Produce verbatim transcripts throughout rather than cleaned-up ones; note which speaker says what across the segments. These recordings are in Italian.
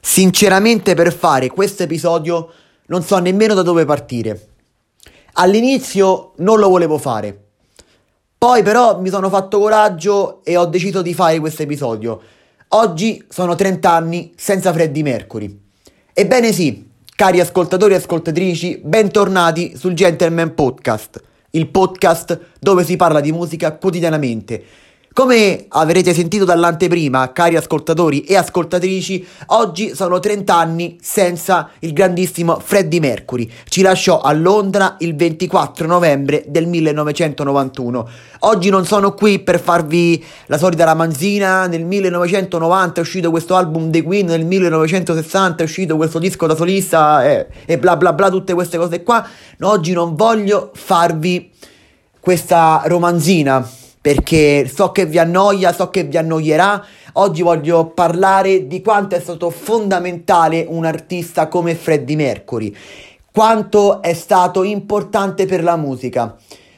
Speaker 1: Sinceramente, per fare questo episodio non so nemmeno da dove partire. All'inizio non lo volevo fare, poi però mi sono fatto coraggio e ho deciso di fare questo episodio. Oggi sono trenta anni senza Freddie Mercury. Ebbene sì, cari ascoltatori e ascoltatrici, bentornati sul Gentleman Podcast, il podcast dove si parla di musica quotidianamente. Come avrete sentito dall'anteprima, cari ascoltatori e ascoltatrici, oggi sono trenta anni senza il grandissimo Freddie Mercury. Ci lasciò a Londra il ventiquattro novembre del millenovecentonovantuno. Oggi non sono qui per farvi la solita ramanzina. Nel millenovecentonovanta è uscito questo album dei Queen, nel millenovecentosessanta è uscito questo disco da solista e, e bla bla bla, tutte queste cose qua. No, oggi non voglio farvi questa romanzina, perché so che vi annoia, so che vi annoierà. Oggi voglio parlare di quanto è stato fondamentale un artista come Freddie Mercury, quanto è stato importante per la musica.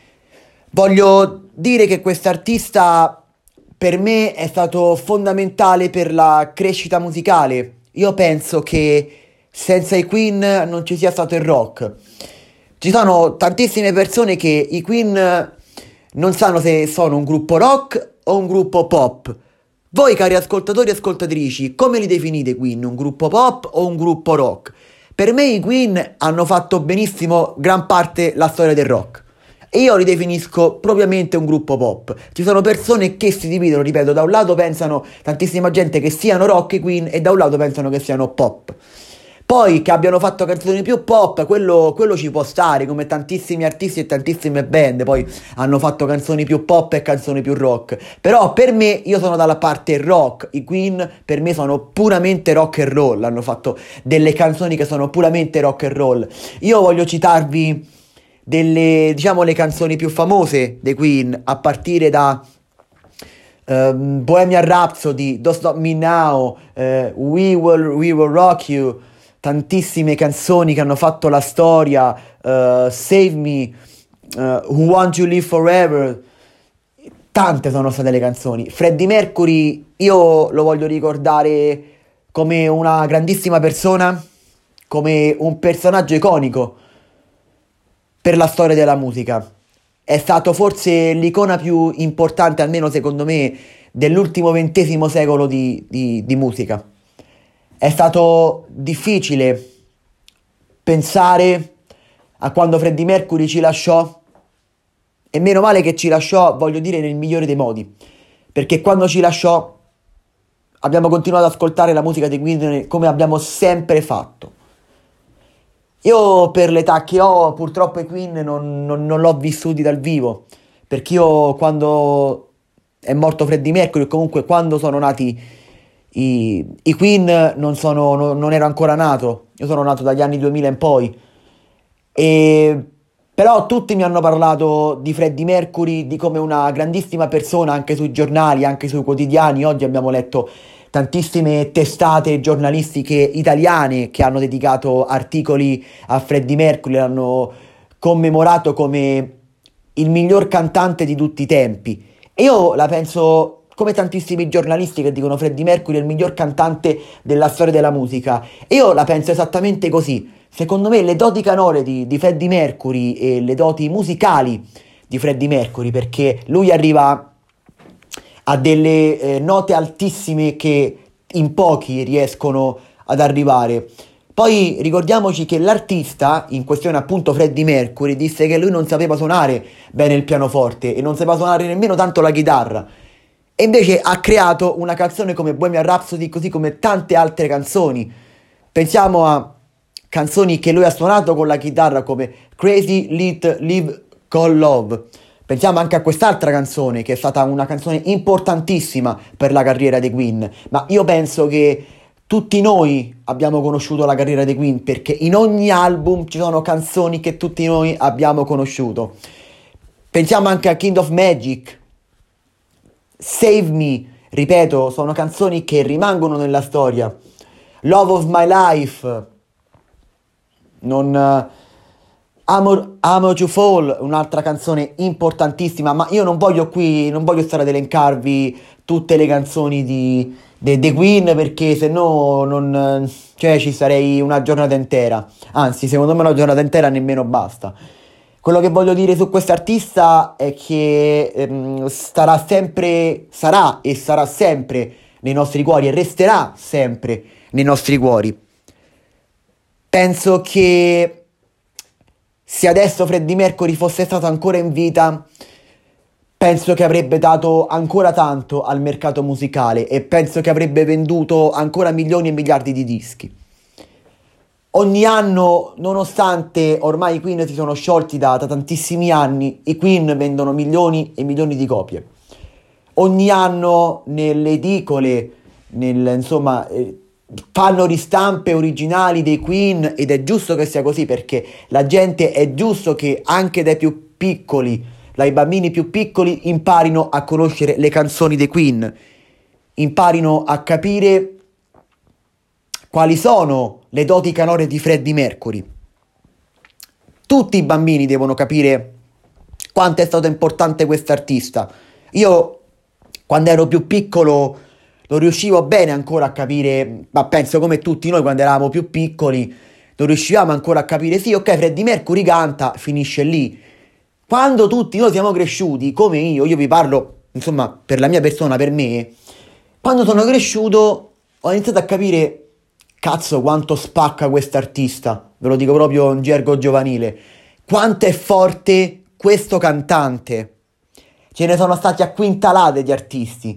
Speaker 1: Voglio dire che quest'artista per me è stato fondamentale per la crescita musicale. Io penso che senza i Queen non ci sia stato il rock. Ci sono tantissime persone che i Queen non sanno se sono un gruppo rock o un gruppo pop. Voi, cari ascoltatori e ascoltatrici, come li definite Queen? Un gruppo pop o un gruppo rock? Per me i Queen hanno fatto benissimo gran parte la storia del rock e io li definisco propriamente un gruppo pop. Ci sono persone che si dividono, ripeto, da un lato pensano tantissima gente che siano rock i Queen e da un lato pensano che siano pop. Poi che abbiano fatto canzoni più pop, quello, quello ci può stare, come tantissimi artisti e tantissime band poi hanno fatto canzoni più pop e canzoni più rock. Però per me, io sono dalla parte rock, i Queen per me sono puramente rock and roll, hanno fatto delle canzoni che sono puramente rock and roll. Io voglio citarvi delle, diciamo, le canzoni più famose dei Queen, a partire da um, Bohemian Rhapsody, Don't Stop Me Now, uh, We Will, We Will Rock You, tantissime canzoni che hanno fatto la storia, uh, Save Me, uh, Who Want You Live Forever, tante sono state le canzoni. Freddie Mercury io lo voglio ricordare come una grandissima persona, come un personaggio iconico per la storia della musica. È stato forse l'icona più importante, almeno secondo me, dell'ultimo ventesimo secolo di, di, di musica. È stato difficile pensare a quando Freddie Mercury ci lasciò, e meno male che ci lasciò, voglio dire, nel migliore dei modi, perché quando ci lasciò abbiamo continuato ad ascoltare la musica dei Queen come abbiamo sempre fatto. Io per l'età che ho purtroppo i Queen non, non, non l'ho vissuti dal vivo, perché io quando è morto Freddie Mercury, comunque quando sono nati I, i Queen non sono no, non ero ancora nato. Io sono nato dagli anni duemila in poi, e però tutti mi hanno parlato di Freddie Mercury, di come una grandissima persona, anche sui giornali, anche sui quotidiani. Oggi abbiamo letto tantissime testate giornalistiche italiane che hanno dedicato articoli a Freddie Mercury, l'hanno commemorato come il miglior cantante di tutti i tempi, e io la penso come tantissimi giornalisti che dicono Freddie Mercury è il miglior cantante della storia della musica. E io la penso esattamente così. Secondo me le doti canore di, di Freddie Mercury e le doti musicali di Freddie Mercury, perché lui arriva a delle eh, note altissime che in pochi riescono ad arrivare. Poi ricordiamoci che l'artista, in questione appunto Freddie Mercury, disse che lui non sapeva suonare bene il pianoforte e non sapeva suonare nemmeno tanto la chitarra. E invece ha creato una canzone come Bohemian Rhapsody, così come tante altre canzoni. Pensiamo a canzoni che lui ha suonato con la chitarra come Crazy Little Live Called Love. Pensiamo anche a quest'altra canzone che è stata una canzone importantissima per la carriera dei Queen. Ma io penso che tutti noi abbiamo conosciuto la carriera dei Queen, perché in ogni album ci sono canzoni che tutti noi abbiamo conosciuto. Pensiamo anche a Kind of Magic, Save Me, ripeto, sono canzoni che rimangono nella storia. Love of My Life, non uh, Amo, Amo to Fall, un'altra canzone importantissima. Ma io non voglio qui, non voglio stare ad elencarvi tutte le canzoni di, dei Queen, perché se no non, cioè, ci sarei una giornata intera. Anzi, secondo me una giornata intera nemmeno basta. Quello che voglio dire su quest'artista è che ehm, starà sempre, sarà e sarà sempre nei nostri cuori e resterà sempre nei nostri cuori. Penso che se adesso Freddie Mercury fosse stato ancora in vita, penso che avrebbe dato ancora tanto al mercato musicale e penso che avrebbe venduto ancora milioni e miliardi di dischi. Ogni anno, nonostante ormai i Queen si sono sciolti da, da tantissimi anni, i Queen vendono milioni e milioni di copie. Ogni anno nelle edicole, nel, insomma, eh, fanno ristampe originali dei Queen, ed è giusto che sia così, perché la gente, è giusto che anche dai più piccoli, dai bambini più piccoli, imparino a conoscere le canzoni dei Queen, imparino a capire quali sono le doti canore di Freddie Mercury. Tutti i bambini devono capire quanto è stato importante quest'artista. Io, quando ero più piccolo, non riuscivo bene ancora a capire, ma penso come tutti noi quando eravamo più piccoli, non riuscivamo ancora a capire, sì, ok, Freddie Mercury canta, finisce lì. Quando tutti noi siamo cresciuti, come io, io vi parlo, insomma, per la mia persona, per me, quando sono cresciuto ho iniziato a capire, cazzo, quanto spacca quest'artista, ve lo dico proprio in gergo giovanile, quanto è forte questo cantante. Ce ne sono stati a quintalate di artisti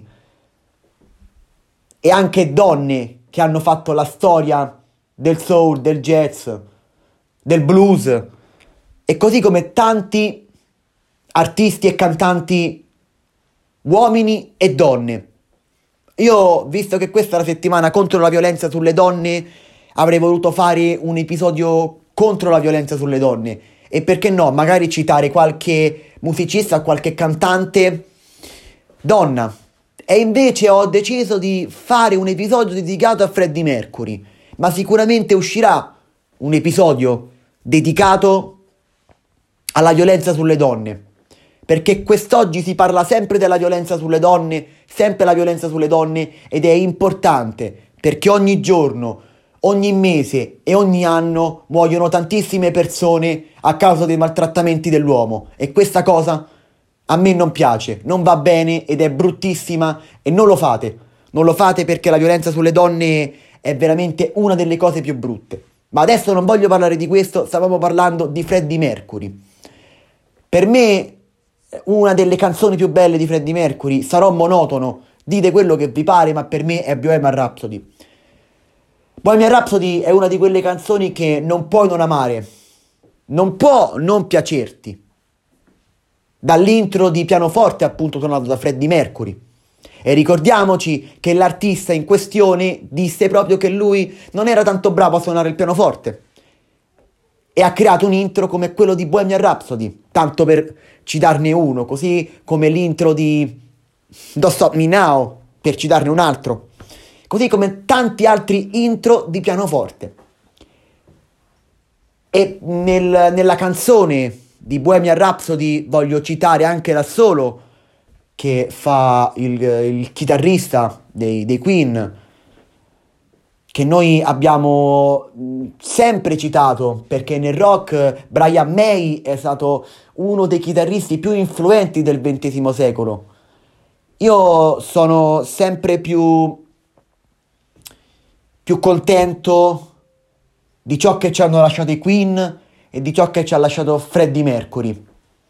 Speaker 1: e anche donne che hanno fatto la storia del soul, del jazz, del blues, e così come tanti artisti e cantanti uomini e donne. Io, visto che questa è la settimana contro la violenza sulle donne, avrei voluto fare un episodio contro la violenza sulle donne, e perché no, magari citare qualche musicista, qualche cantante donna. E invece ho deciso di fare un episodio dedicato a Freddie Mercury, ma sicuramente uscirà un episodio dedicato alla violenza sulle donne, perché quest'oggi si parla sempre della violenza sulle donne, sempre la violenza sulle donne, ed è importante, perché ogni giorno, ogni mese e ogni anno muoiono tantissime persone a causa dei maltrattamenti dell'uomo, e questa cosa a me non piace, non va bene ed è bruttissima, e non lo fate, non lo fate, perché la violenza sulle donne è veramente una delle cose più brutte. Ma adesso non voglio parlare di questo, stavamo parlando di Freddie Mercury. Per me una delle canzoni più belle di Freddie Mercury, sarò monotono, dite quello che vi pare, ma per me è Bohemian Rhapsody. Bohemian Rhapsody è una di quelle canzoni che non puoi non amare, non può non piacerti. Dall'intro di pianoforte, appunto, suonato da Freddie Mercury. E ricordiamoci che l'artista in questione disse proprio che lui non era tanto bravo a suonare il pianoforte, e ha creato un intro come quello di Bohemian Rhapsody, tanto per citarne uno, così come l'intro di Don't Stop Me Now, per citarne un altro, così come tanti altri intro di pianoforte. E nel, nella canzone di Bohemian Rhapsody voglio citare anche l'assolo che fa il, il chitarrista dei, dei Queen, che noi abbiamo sempre citato, perché nel rock Brian May è stato uno dei chitarristi più influenti del ventesimo secolo. Io sono sempre più, più contento di ciò che ci hanno lasciato i Queen e di ciò che ci ha lasciato Freddie Mercury,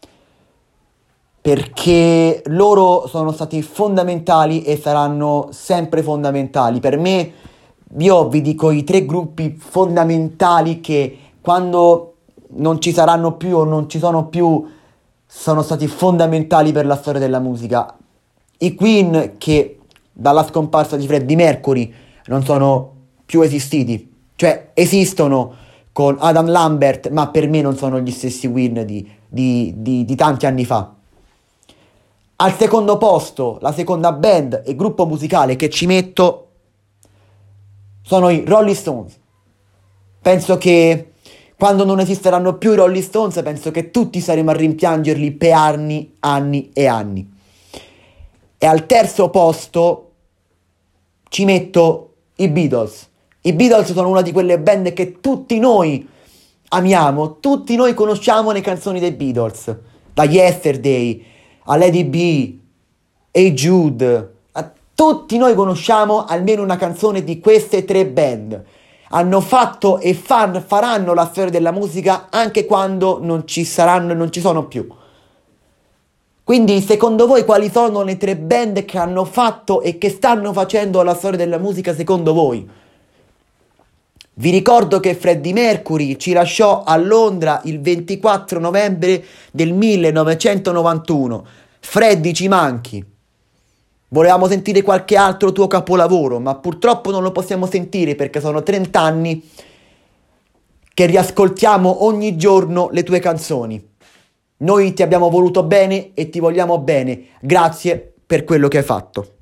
Speaker 1: perché loro sono stati fondamentali e saranno sempre fondamentali. Per me, io vi dico i tre gruppi fondamentali che quando non ci saranno più o non ci sono più sono stati fondamentali per la storia della musica. I Queen, che dalla scomparsa di Freddie Mercury non sono più esistiti, cioè esistono con Adam Lambert, ma per me non sono gli stessi Queen di, di, di, di tanti anni fa. Al secondo posto, la seconda band e gruppo musicale che ci metto sono i Rolling Stones. Penso che quando non esisteranno più i Rolling Stones, penso che tutti saremo a rimpiangerli per anni, anni e anni. E al terzo posto ci metto i Beatles. I Beatles sono una di quelle band che tutti noi amiamo, tutti noi conosciamo le canzoni dei Beatles, da Yesterday a Lady B, Hey Jude, a tutti noi conosciamo almeno una canzone di queste tre band. Hanno fatto e fan, faranno la storia della musica anche quando non ci saranno e non ci sono più. Quindi secondo voi quali sono le tre band che hanno fatto e che stanno facendo la storia della musica secondo voi? Vi ricordo che Freddie Mercury ci lasciò a Londra il ventiquattro novembre del millenovecentonovantuno. Freddie, ci manchi. Volevamo sentire qualche altro tuo capolavoro, ma purtroppo non lo possiamo sentire perché sono trenta anni che riascoltiamo ogni giorno le tue canzoni. Noi ti abbiamo voluto bene e ti vogliamo bene. Grazie per quello che hai fatto.